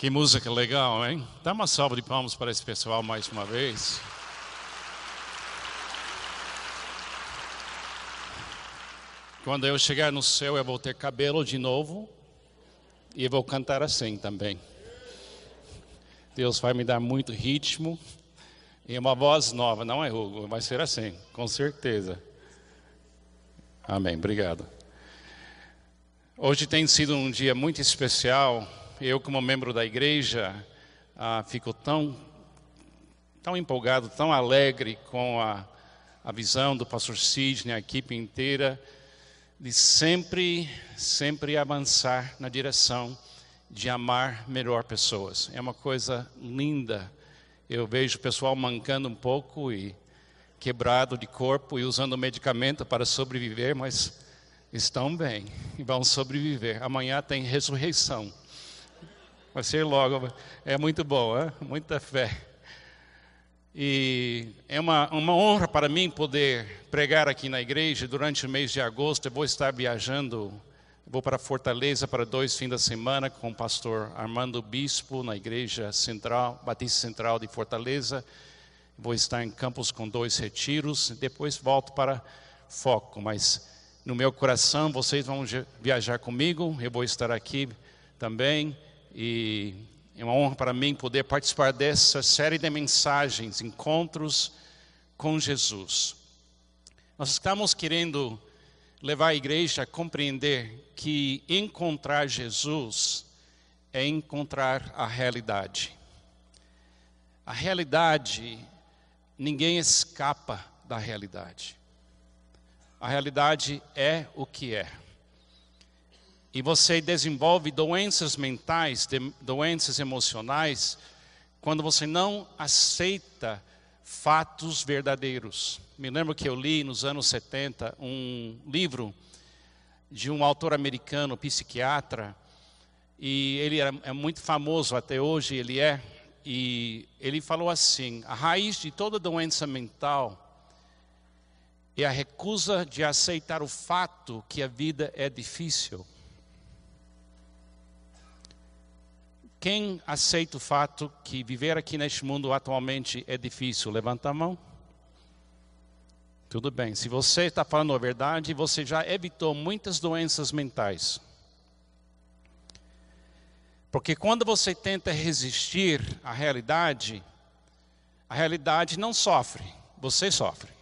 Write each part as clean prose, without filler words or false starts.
Que música legal, hein? Dá uma salva de palmas para esse pessoal mais uma vez. Quando eu chegar no céu, eu vou ter cabelo de novo e eu vou cantar assim também. Deus vai me dar muito ritmo e uma voz nova, não é, Hugo? Vai ser assim, com certeza. Amém, obrigado. Hoje tem sido um dia muito especial. Eu, como membro da igreja, fico tão empolgado, tão alegre com a visão do pastor Sidney, a equipe inteira, de sempre avançar na direção de amar melhor pessoas. É uma coisa linda. Eu vejo o pessoal mancando um pouco e quebrado de corpo e usando medicamento para sobreviver, mas estão bem e vão sobreviver. Amanhã tem ressurreição. Vai ser logo. É muito bom, hein? Muita fé. E é uma honra para mim poder pregar aqui na igreja. Durante o mês de agosto eu vou estar viajando, vou para Fortaleza para 2 fins de semana com o pastor Armando Bispo na igreja central, Batista Central de Fortaleza. Vou estar em Campos com 2 retiros, depois volto para Foco. Mas no meu coração vocês vão viajar comigo, eu vou estar aqui também. E é uma honra para mim poder participar dessa série de mensagens, encontros com Jesus. Nós estamos querendo levar a igreja a compreender que encontrar Jesus é encontrar a realidade. A realidade, ninguém escapa da realidade. A realidade é o que é. E você desenvolve doenças mentais, doenças emocionais, quando você não aceita fatos verdadeiros. Me lembro que eu li nos anos 70 um livro de um autor americano, psiquiatra, e ele é muito famoso até hoje, e ele falou assim: a raiz de toda doença mental é a recusa de aceitar o fato que a vida é difícil. Quem aceita o fato que viver aqui neste mundo atualmente é difícil? Levanta a mão. Tudo bem. Se você está falando a verdade, você já evitou muitas doenças mentais. Porque quando você tenta resistir à realidade, a realidade não sofre, você sofre.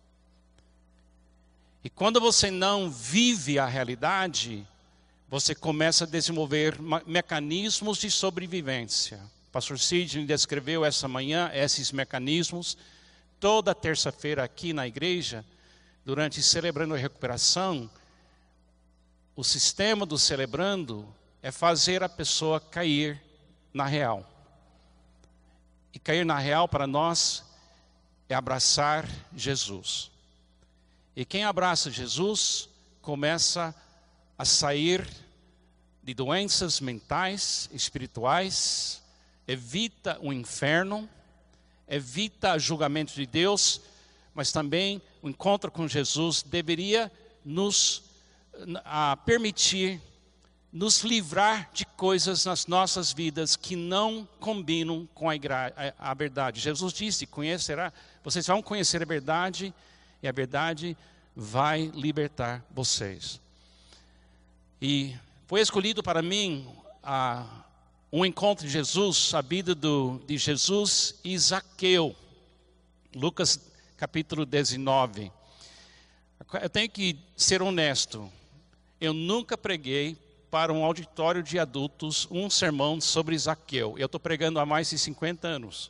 E quando você não vive a realidade, você começa a desenvolver mecanismos de sobrevivência. O pastor Sidney descreveu essa manhã esses mecanismos. Toda terça-feira aqui na igreja, durante Celebrando a Recuperação, o sistema do Celebrando é fazer a pessoa cair na real. E cair na real para nós é abraçar Jesus. E quem abraça Jesus começa a sair de doenças mentais, espirituais, evita o inferno, evita o julgamento de Deus, mas também o encontro com Jesus deveria nos permitir nos livrar de coisas nas nossas vidas que não combinam com a verdade. Jesus disse: vocês vão conhecer a verdade e a verdade vai libertar vocês. E foi escolhido para mim um encontro de Jesus, a vida de Jesus e Zaqueu. Lucas capítulo 19. Eu tenho que ser honesto. Eu nunca preguei para um auditório de adultos um sermão sobre Zaqueu. Eu estou pregando há mais de 50 anos.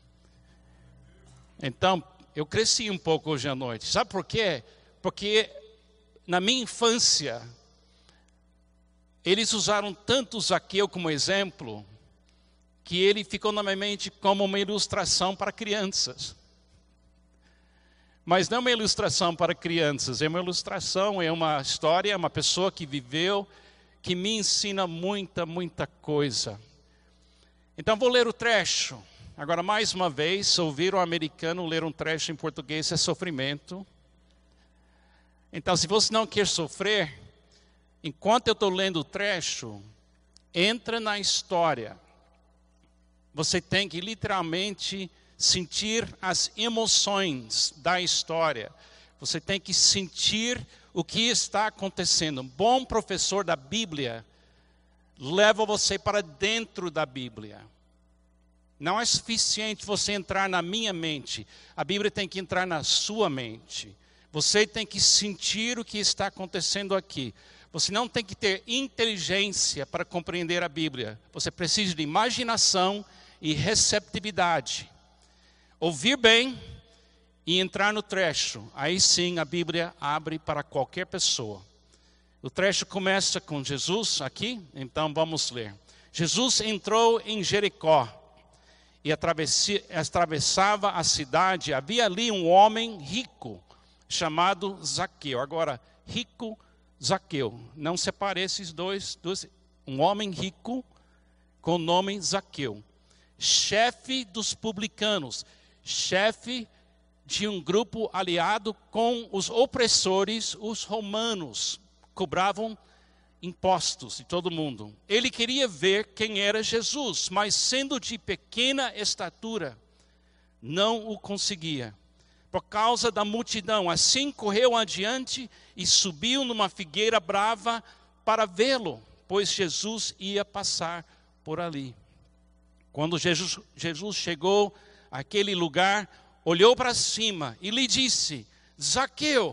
Então, eu cresci um pouco hoje à noite. Sabe por quê? Porque na minha infância, eles usaram tanto Zaqueu como exemplo, que ele ficou na minha mente como uma ilustração para crianças. Mas não é uma ilustração para crianças, é uma ilustração, é uma história, é uma pessoa que viveu, que me ensina muita coisa. Então vou ler o trecho. Agora, mais uma vez, ouvir um americano ler um trecho em português é sofrimento. Então, se você não quer sofrer, enquanto eu estou lendo o trecho, entra na história. Você tem que literalmente sentir as emoções da história. Você tem que sentir o que está acontecendo. Um bom professor da Bíblia leva você para dentro da Bíblia. Não é suficiente você entrar na minha mente. A Bíblia tem que entrar na sua mente. Você tem que sentir o que está acontecendo aqui. Você não tem que ter inteligência para compreender a Bíblia. Você precisa de imaginação e receptividade. Ouvir bem e entrar no trecho. Aí sim a Bíblia abre para qualquer pessoa. O trecho começa com Jesus aqui, então vamos ler. Jesus entrou em Jericó e atravessava a cidade. Havia ali um homem rico chamado Zaqueu. Agora, rico, Zaqueu. Não separe esses dois. Um homem rico com o nome Zaqueu. Chefe dos publicanos. Chefe de um grupo aliado com os opressores, os romanos. Cobravam impostos de todo mundo. Ele queria ver quem era Jesus, mas sendo de pequena estatura, não o conseguia. Por causa da multidão, assim correu adiante e subiu numa figueira brava para vê-lo, pois Jesus ia passar por ali. Quando Jesus chegou àquele lugar, olhou para cima e lhe disse: Zaqueu,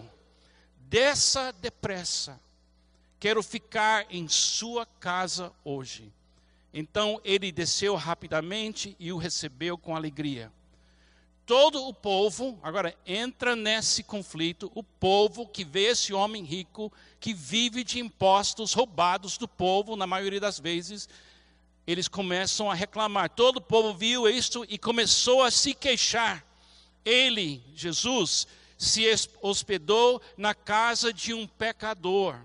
desça depressa. Quero ficar em sua casa hoje. Então ele desceu rapidamente e o recebeu com alegria. Todo o povo, agora entra nesse conflito, o povo que vê esse homem rico, que vive de impostos roubados do povo, na maioria das vezes, eles começam a reclamar. Todo o povo viu isso e começou a se queixar. Ele, Jesus, se hospedou na casa de um pecador.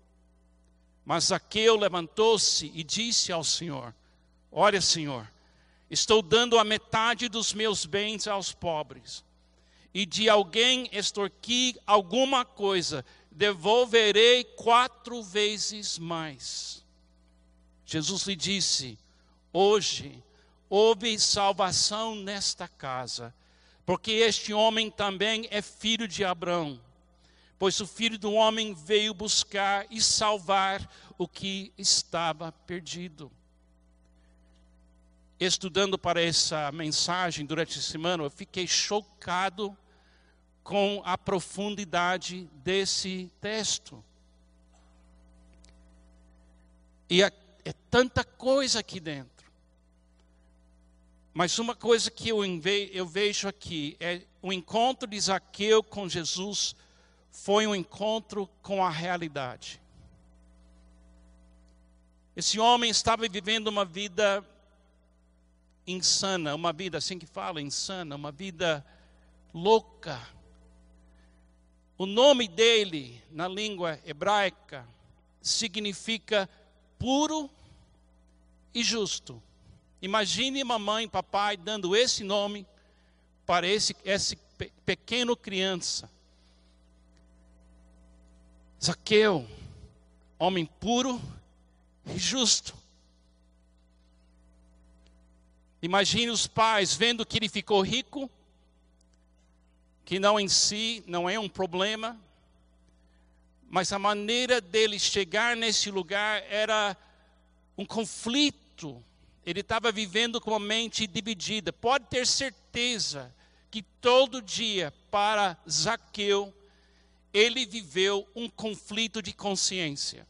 Mas Zaqueu levantou-se e disse ao Senhor: olha, Senhor, estou dando a metade dos meus bens aos pobres. E de alguém extorquir alguma coisa, devolverei 4 vezes mais. Jesus lhe disse: hoje houve salvação nesta casa, porque este homem também é filho de Abraão. Pois o Filho do Homem veio buscar e salvar o que estava perdido. Estudando para essa mensagem durante a semana, eu fiquei chocado com a profundidade desse texto. E é tanta coisa aqui dentro. Mas uma coisa que eu vejo aqui é o encontro de Zaqueu com Jesus. Foi um encontro com a realidade. Esse homem estava vivendo uma vida insana, uma vida assim que fala, insana, uma vida louca. O nome dele, na língua hebraica, significa puro e justo. Imagine mamãe e papai dando esse nome para esse pequeno criança. Zaqueu, homem puro e justo. Imagine os pais vendo que ele ficou rico, que não em si não é um problema, mas a maneira dele chegar nesse lugar era um conflito. Ele estava vivendo com a mente dividida. Pode ter certeza que todo dia para Zaqueu, ele viveu um conflito de consciência.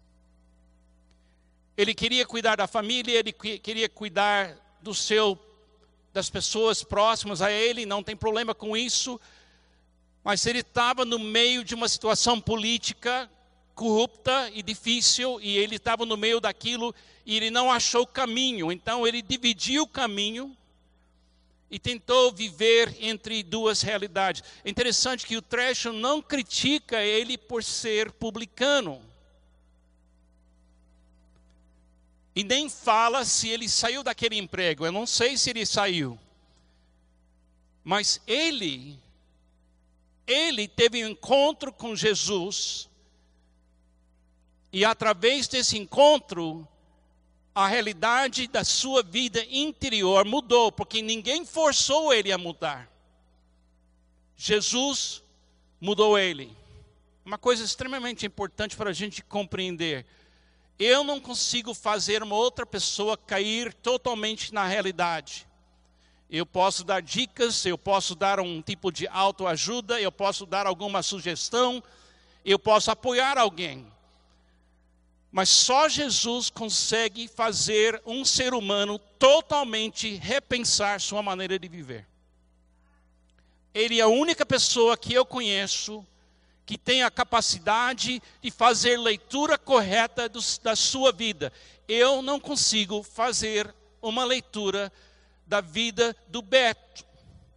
Ele queria cuidar da família, ele queria cuidar das pessoas próximas a ele, não tem problema com isso. Mas ele estava no meio de uma situação política corrupta e difícil, e ele estava no meio daquilo, e ele não achou caminho. Então ele dividiu o caminho e tentou viver entre duas realidades. É interessante que o trecho não critica ele por ser publicano. E nem fala se ele saiu daquele emprego. Eu não sei se ele saiu. Mas ele teve um encontro com Jesus. E através desse encontro, a realidade da sua vida interior mudou, porque ninguém forçou ele a mudar. Jesus mudou ele. Uma coisa extremamente importante para a gente compreender. Eu não consigo fazer uma outra pessoa cair totalmente na realidade. Eu posso dar dicas, eu posso dar um tipo de autoajuda, eu posso dar alguma sugestão, eu posso apoiar alguém. Mas só Jesus consegue fazer um ser humano totalmente repensar sua maneira de viver. Ele é a única pessoa que eu conheço que tem a capacidade de fazer leitura correta da sua vida. Eu não consigo fazer uma leitura da vida do Beto.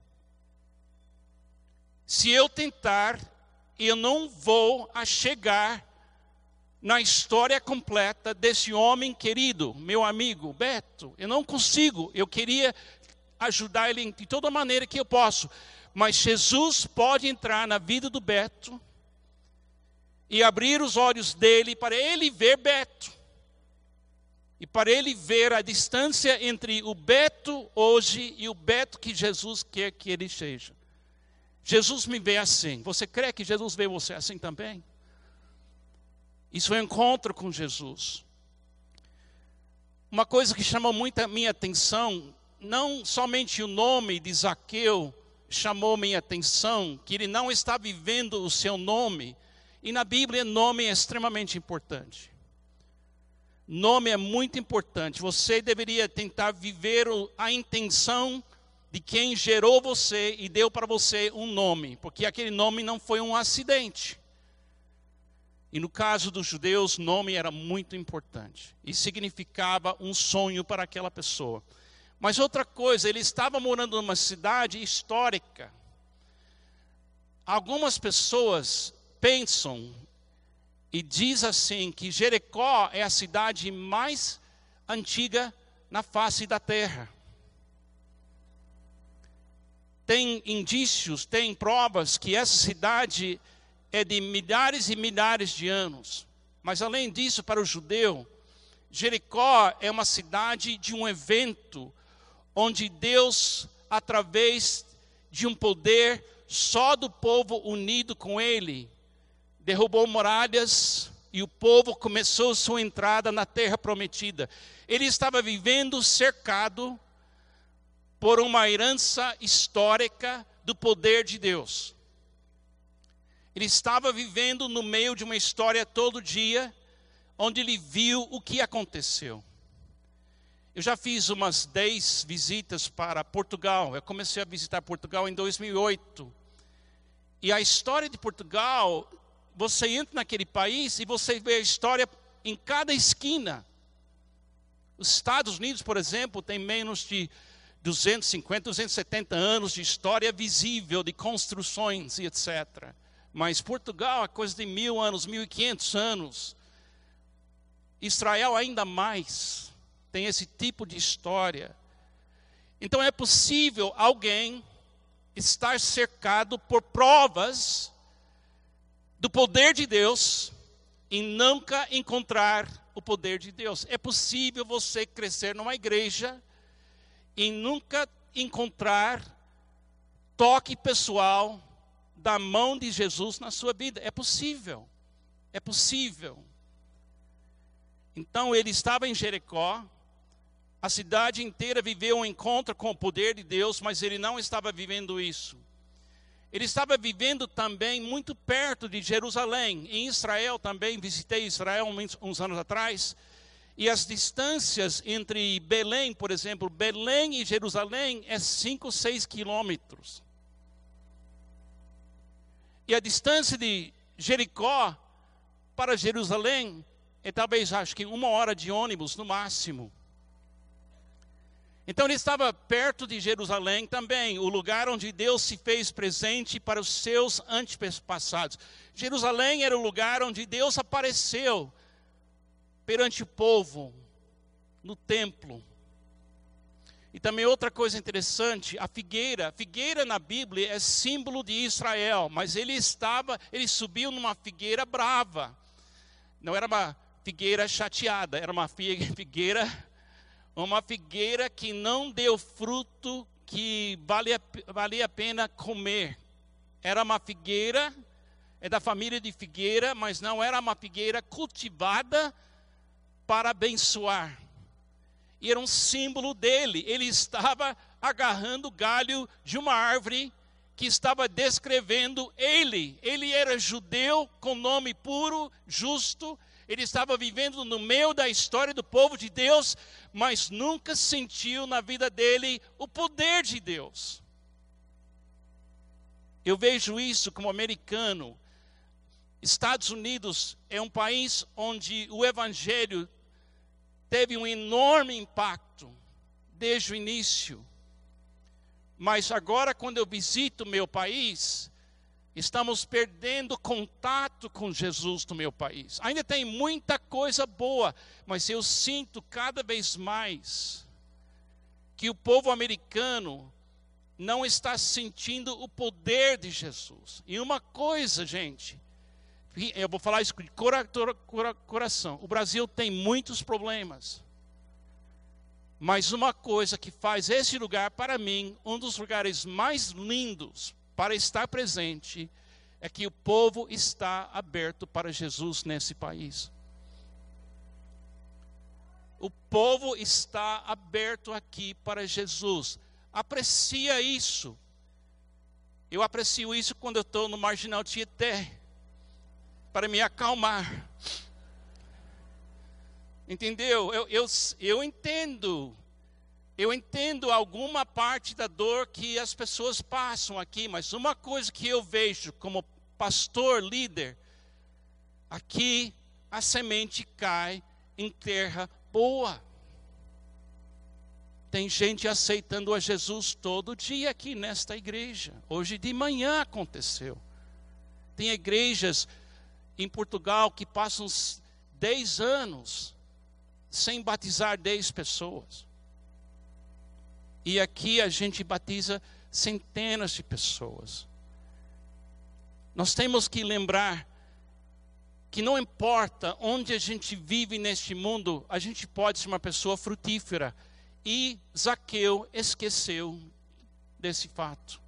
Se eu tentar, eu não vou chegar na história completa desse homem querido, meu amigo Beto. Eu não consigo. Eu queria ajudar ele de toda maneira que eu posso. Mas Jesus pode entrar na vida do Beto e abrir os olhos dele para ele ver Beto. E para ele ver a distância entre o Beto hoje e o Beto que Jesus quer que ele seja. Jesus me vê assim. Você crê que Jesus vê você assim também? Isso é um encontro com Jesus. Uma coisa que chamou muito a minha atenção, não somente o nome de Zaqueu chamou minha atenção, que ele não está vivendo o seu nome. E na Bíblia, nome é extremamente importante. Nome é muito importante. Você deveria tentar viver a intenção de quem gerou você e deu para você um nome. Porque aquele nome não foi um acidente. E no caso dos judeus, nome era muito importante. E significava um sonho para aquela pessoa. Mas outra coisa, ele estava morando numa cidade histórica. Algumas pessoas pensam e diz assim que Jericó é a cidade mais antiga na face da terra. Tem indícios, tem provas que essa cidade é de milhares e milhares de anos. Mas além disso, para o judeu, Jericó é uma cidade de um evento onde Deus, através de um poder só do povo unido com ele, derrubou muralhas e o povo começou sua entrada na terra prometida. Ele estava vivendo cercado por uma herança histórica do poder de Deus. Ele estava vivendo no meio de uma história todo dia, onde ele viu o que aconteceu. Eu já fiz umas 10 visitas para Portugal. Eu comecei a visitar Portugal em 2008. E a história de Portugal, você entra naquele país e você vê a história em cada esquina. Os Estados Unidos, por exemplo, tem menos de 250, 270 anos de história visível, de construções e etc. Mas Portugal é coisa de 1000 anos, 1500 anos. Israel ainda mais tem esse tipo de história. Então é possível alguém estar cercado por provas do poder de Deus e nunca encontrar o poder de Deus. É possível você crescer numa igreja e nunca encontrar toque pessoal da mão de Jesus na sua vida. É possível. É possível. Então ele estava em Jericó. A cidade inteira viveu um encontro com o poder de Deus, mas ele não estava vivendo isso. Ele estava vivendo também muito perto de Jerusalém. Em Israel também, visitei Israel uns anos atrás. E as distâncias entre Belém, por exemplo, Belém e Jerusalém é 5, 6 quilômetros. E a distância de Jericó para Jerusalém é talvez, acho que 1 hora de ônibus no máximo. Então ele estava perto de Jerusalém também, o lugar onde Deus se fez presente para os seus antepassados. Jerusalém era o lugar onde Deus apareceu perante o povo, no templo. E também outra coisa interessante, a figueira na Bíblia é símbolo de Israel, mas ele subiu numa figueira brava. Não era uma figueira chateada, era uma figueira uma figueira que não deu fruto que valia a pena comer. Era uma figueira, é da família de figueira, mas não era uma figueira cultivada para abençoar. E era um símbolo dele. Ele estava agarrando o galho de uma árvore que estava descrevendo ele. Ele era judeu com nome puro, justo. Ele estava vivendo no meio da história do povo de Deus, mas nunca sentiu na vida dele o poder de Deus. Eu vejo isso como americano. Estados Unidos é um país onde o evangelho teve um enorme impacto desde o início. Mas agora, quando eu visito o meu país, estamos perdendo contato com Jesus no meu país. Ainda tem muita coisa boa, mas eu sinto cada vez mais que o povo americano não está sentindo o poder de Jesus. E uma coisa, gente, eu vou falar isso de coração. O Brasil tem muitos problemas. Mas uma coisa que faz esse lugar, para mim, um dos lugares mais lindos para estar presente, é que o povo está aberto para Jesus nesse país. O povo está aberto aqui para Jesus. Aprecia isso. Eu aprecio isso quando eu estou no Marginal Tietê, para me acalmar. Entendeu? Eu entendo. Eu entendo alguma parte da dor que as pessoas passam aqui, mas uma coisa que eu vejo como pastor, líder, aqui a semente cai em terra boa. Tem gente aceitando a Jesus todo dia aqui nesta igreja. Hoje de manhã aconteceu. Tem igrejas em Portugal que passam 10 anos sem batizar 10 pessoas. E aqui a gente batiza centenas de pessoas. Nós temos que lembrar que não importa onde a gente vive neste mundo, a gente pode ser uma pessoa frutífera. E Zaqueu esqueceu desse fato.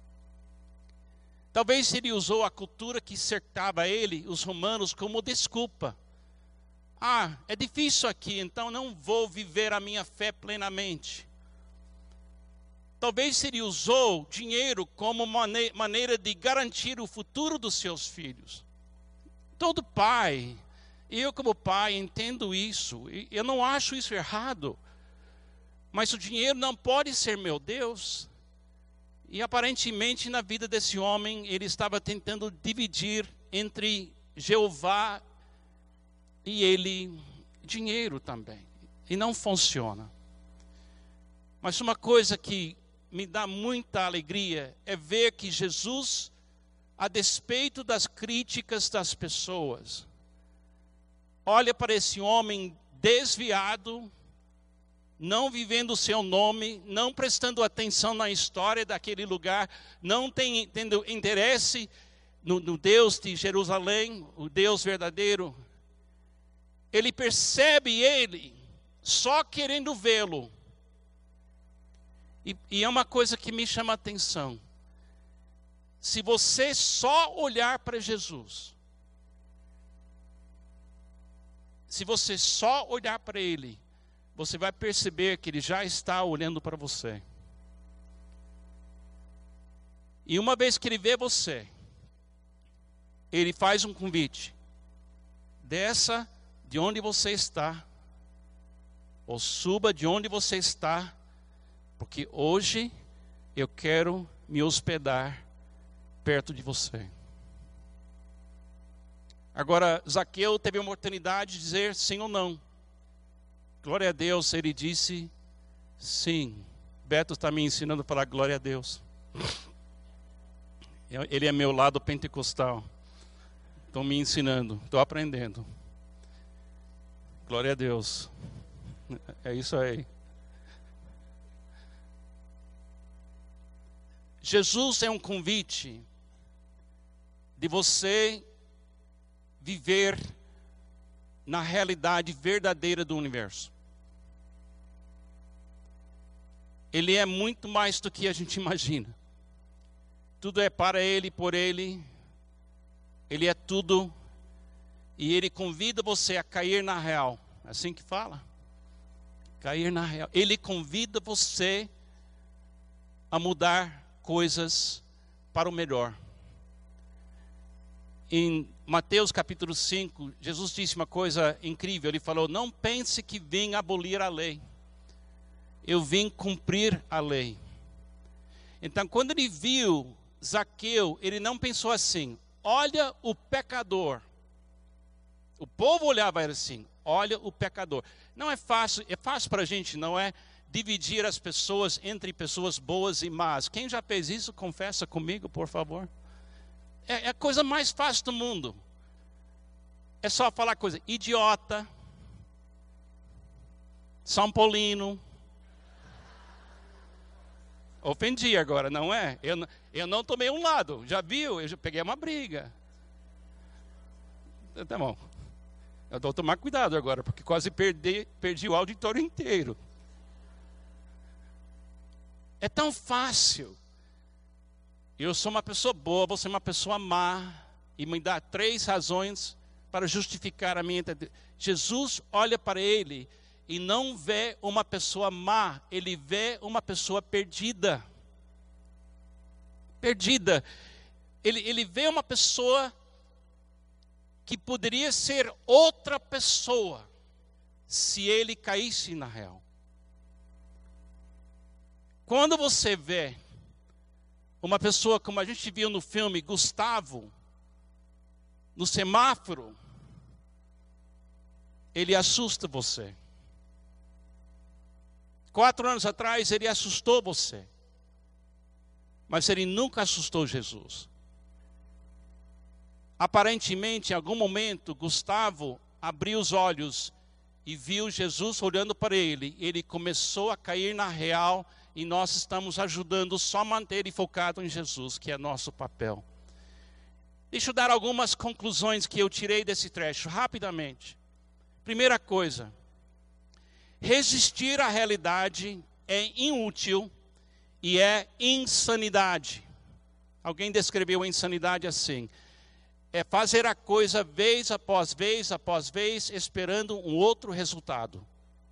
Talvez ele usou a cultura que cercava ele, os romanos, como desculpa. Ah, é difícil aqui, então não vou viver a minha fé plenamente. Talvez ele usou dinheiro como maneira de garantir o futuro dos seus filhos. Todo pai, eu como pai entendo isso, e eu não acho isso errado. Mas o dinheiro não pode ser meu Deus. E aparentemente na vida desse homem, ele estava tentando dividir entre Jeová e ele dinheiro também. E não funciona. Mas uma coisa que me dá muita alegria é ver que Jesus, a despeito das críticas das pessoas, olha para esse homem desviado, não vivendo o seu nome, não prestando atenção na história daquele lugar, não tendo interesse no Deus de Jerusalém, o Deus verdadeiro. Ele percebe ele só querendo vê-lo. E é uma coisa que me chama a atenção. Se você só olhar para Jesus, se você só olhar para ele, você vai perceber que ele já está olhando para você. E uma vez que ele vê você, ele faz um convite. Desça de onde você está, ou suba de onde você está, porque hoje eu quero me hospedar perto de você. Agora, Zaqueu teve a oportunidade de dizer sim ou não. Glória a Deus, ele disse sim. Beto está me ensinando a falar glória a Deus. Ele é meu lado pentecostal. Estão me ensinando, estou aprendendo. Glória a Deus. É isso aí. Jesus é um convite de você viver na realidade verdadeira do universo. Ele é muito mais do que a gente imagina. Tudo é para Ele, por Ele. Ele é tudo. E Ele convida você a cair na real. É assim que fala? Cair na real. Ele convida você a mudar coisas para o melhor. Em Mateus capítulo 5, Jesus disse uma coisa incrível. Ele falou: não pense que vim abolir a lei. Eu vim cumprir a lei. Então, quando ele viu Zaqueu, ele não pensou assim: olha o pecador. O povo olhava ele assim: olha o pecador. Não é fácil para a gente, não é? Dividir as pessoas entre pessoas boas e más. Quem já fez isso, confessa comigo, por favor. É a coisa mais fácil do mundo. É só falar coisa: idiota, São Paulino. Ofendi agora, não é? Eu não tomei um lado, já viu? Eu já peguei uma briga. Tá bom. Eu vou tomar cuidado agora, porque quase perdi o auditório inteiro. É tão fácil. Eu sou uma pessoa boa, você é uma pessoa má. E me dá 3 razões para justificar a minha identidade. Jesus olha para ele e não vê uma pessoa má, ele vê uma pessoa perdida. Perdida. Ele vê uma pessoa que poderia ser outra pessoa se ele caísse na real. Quando você vê uma pessoa como a gente viu no filme Gustavo, no semáforo, ele assusta você. 4 anos atrás ele assustou você, mas ele nunca assustou Jesus. Aparentemente, em algum momento, Gustavo abriu os olhos e viu Jesus olhando para ele. Ele começou a cair na real e nós estamos ajudando só a manter ele focado em Jesus, que é nosso papel. Deixa eu dar algumas conclusões que eu tirei desse trecho, rapidamente. Primeira coisa, resistir à realidade é inútil e é insanidade. Alguém descreveu a insanidade assim: é fazer a coisa vez após vez, esperando um outro resultado.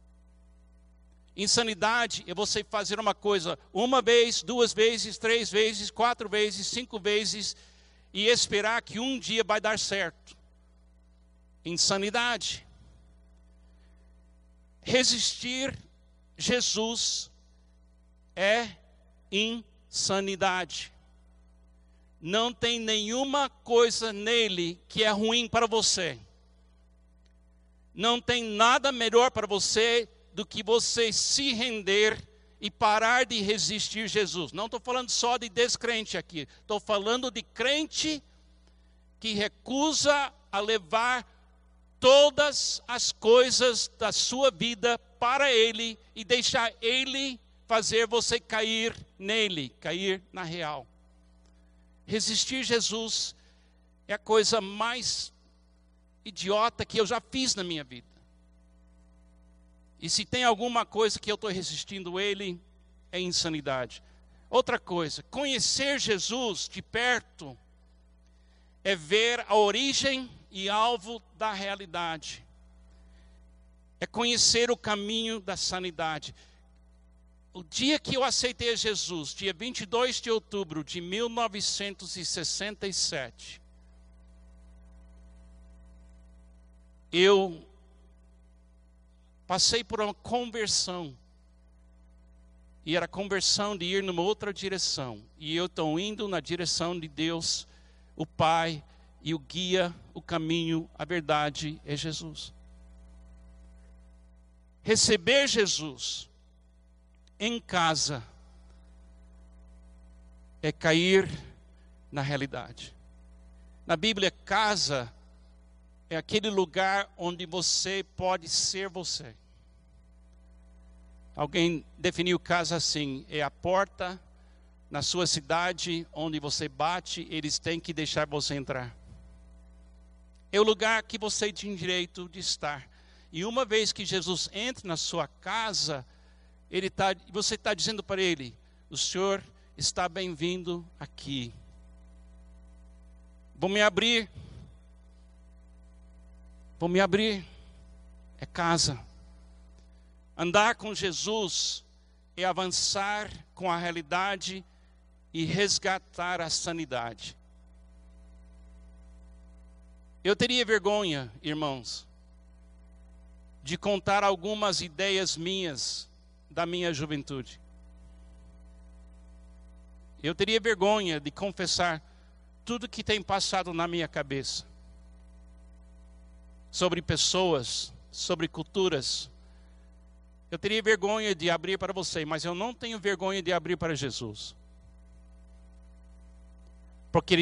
Insanidade é você fazer uma coisa 1 vez, 2 vezes, 3 vezes, 4 vezes, 5 vezes e esperar que um dia vai dar certo. Insanidade. Resistir Jesus é insanidade. Não tem nenhuma coisa nele que é ruim para você. Não tem nada melhor para você do que você se render e parar de resistir Jesus. Não estou falando só de descrente aqui. Estou falando de crente que recusa a levar todas as coisas da sua vida para Ele e deixar Ele fazer você cair nele, cair na real. Resistir Jesus é a coisa mais idiota que eu já fiz na minha vida. E se tem alguma coisa que eu estou resistindo Ele, é insanidade. Outra coisa, conhecer Jesus de perto é ver a origem e alvo da realidade. É conhecer o caminho da sanidade. O dia que eu aceitei Jesus, dia 22 de outubro de 1967, eu passei por uma conversão. E era conversão de ir numa outra direção. E eu estou indo na direção de Deus, o Pai, e o guia, o caminho, a verdade é Jesus. Receber Jesus em casa é cair na realidade. Na Bíblia, casa é aquele lugar onde você pode ser você. Alguém definiu casa assim: é a porta na sua cidade onde você bate, eles têm que deixar você entrar. É o lugar que você tem direito de estar. E uma vez que Jesus entra na sua casa, você está dizendo para ele: o Senhor está bem-vindo aqui. Vou me abrir. É casa. Andar com Jesus é avançar com a realidade e resgatar a sanidade. Eu teria vergonha, irmãos, de contar algumas ideias minhas da minha juventude. Eu teria vergonha de confessar tudo que tem passado na minha cabeça. Sobre pessoas, sobre culturas. Eu teria vergonha de abrir para você, mas eu não tenho vergonha de abrir para Jesus. Porque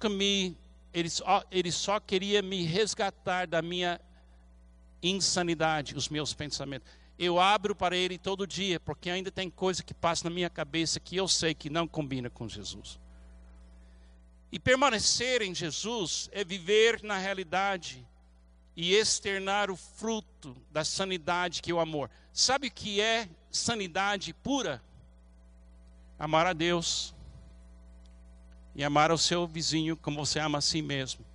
Ele só queria me resgatar da minha insanidade, os meus pensamentos. Eu abro para Ele todo dia, porque ainda tem coisa que passa na minha cabeça que eu sei que não combina com Jesus. E permanecer em Jesus é viver na realidade e externar o fruto da sanidade que é o amor. Sabe o que é sanidade pura? Amar a Deus e amar o seu vizinho como você ama a si mesmo.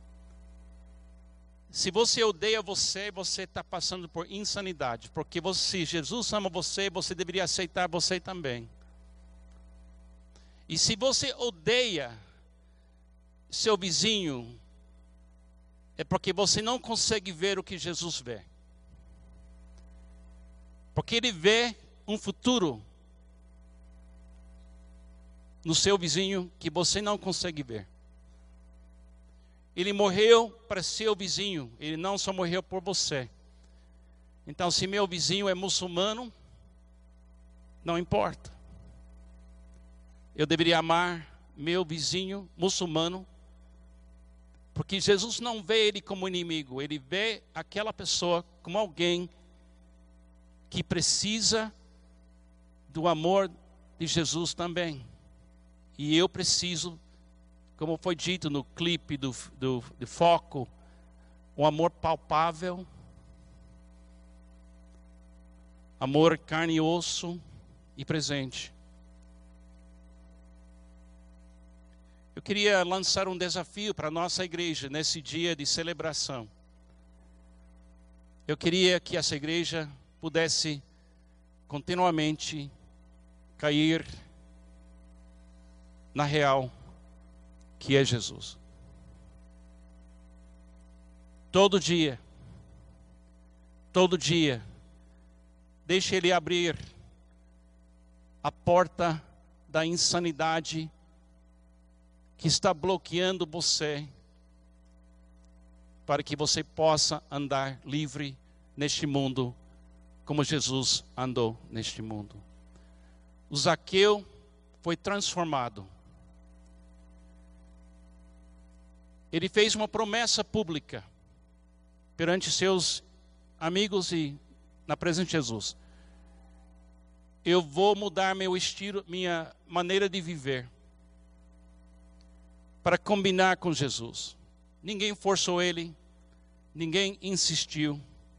Se você odeia você está passando por insanidade. Porque se Jesus ama você, você deveria aceitar você também. E se você odeia seu vizinho, é porque você não consegue ver o que Jesus vê. Porque Ele vê um futuro no seu vizinho que você não consegue ver. Ele morreu para seu vizinho, Ele não só morreu por você. Então, se meu vizinho é muçulmano, não importa. Eu deveria amar meu vizinho muçulmano, porque Jesus não vê ele como inimigo, Ele vê aquela pessoa como alguém que precisa do amor de Jesus também. E eu preciso, como foi dito no clipe do Foco, um amor palpável, amor carne e osso e presente. Eu queria lançar um desafio para a nossa igreja nesse dia de celebração. Eu queria que essa igreja pudesse continuamente cair na real, que é Jesus. Todo dia, deixe Ele abrir a porta da insanidade que está bloqueando você, para que você possa andar livre neste mundo, como Jesus andou neste mundo. O Zaqueu foi transformado. Ele fez uma promessa pública perante seus amigos e na presença de Jesus. Eu vou mudar meu estilo, minha maneira de viver, para combinar com Jesus. Ninguém forçou ele, ninguém insistiu.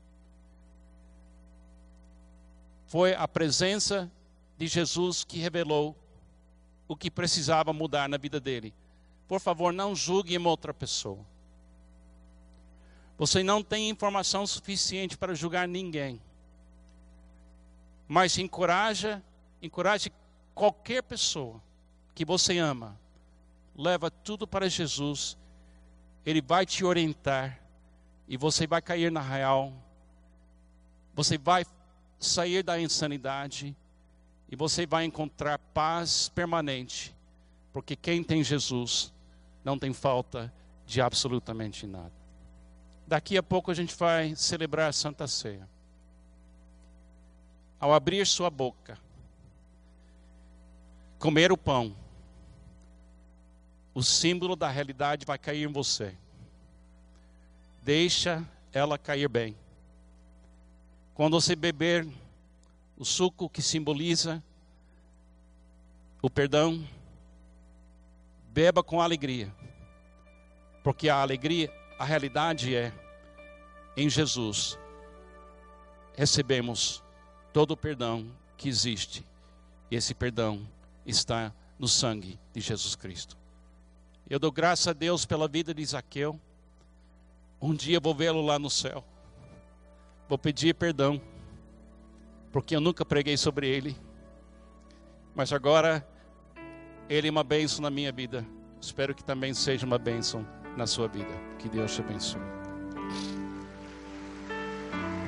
Foi a presença de Jesus que revelou o que precisava mudar na vida dele. Por favor, não julgue uma outra pessoa. Você não tem informação suficiente para julgar ninguém. Mas encoraje qualquer pessoa que você ama. Leva tudo para Jesus. Ele vai te orientar. E você vai cair na real. Você vai sair da insanidade. E você vai encontrar paz permanente. Porque quem tem Jesus não tem falta de absolutamente nada. Daqui a pouco a gente vai celebrar a Santa Ceia. Ao abrir sua boca, comer o pão, o símbolo da realidade vai cair em você. Deixa ela cair bem. Quando você beber o suco que simboliza o perdão, beba com alegria. Porque a alegria, a realidade é, em Jesus, recebemos todo o perdão que existe. E esse perdão está no sangue de Jesus Cristo. Eu dou graças a Deus pela vida de Zaqueu. Um dia eu vou vê-lo lá no céu. Vou pedir perdão, porque eu nunca preguei sobre ele. Mas agora, ele é uma bênção na minha vida. Espero que também seja uma bênção na sua vida. Que Deus te abençoe.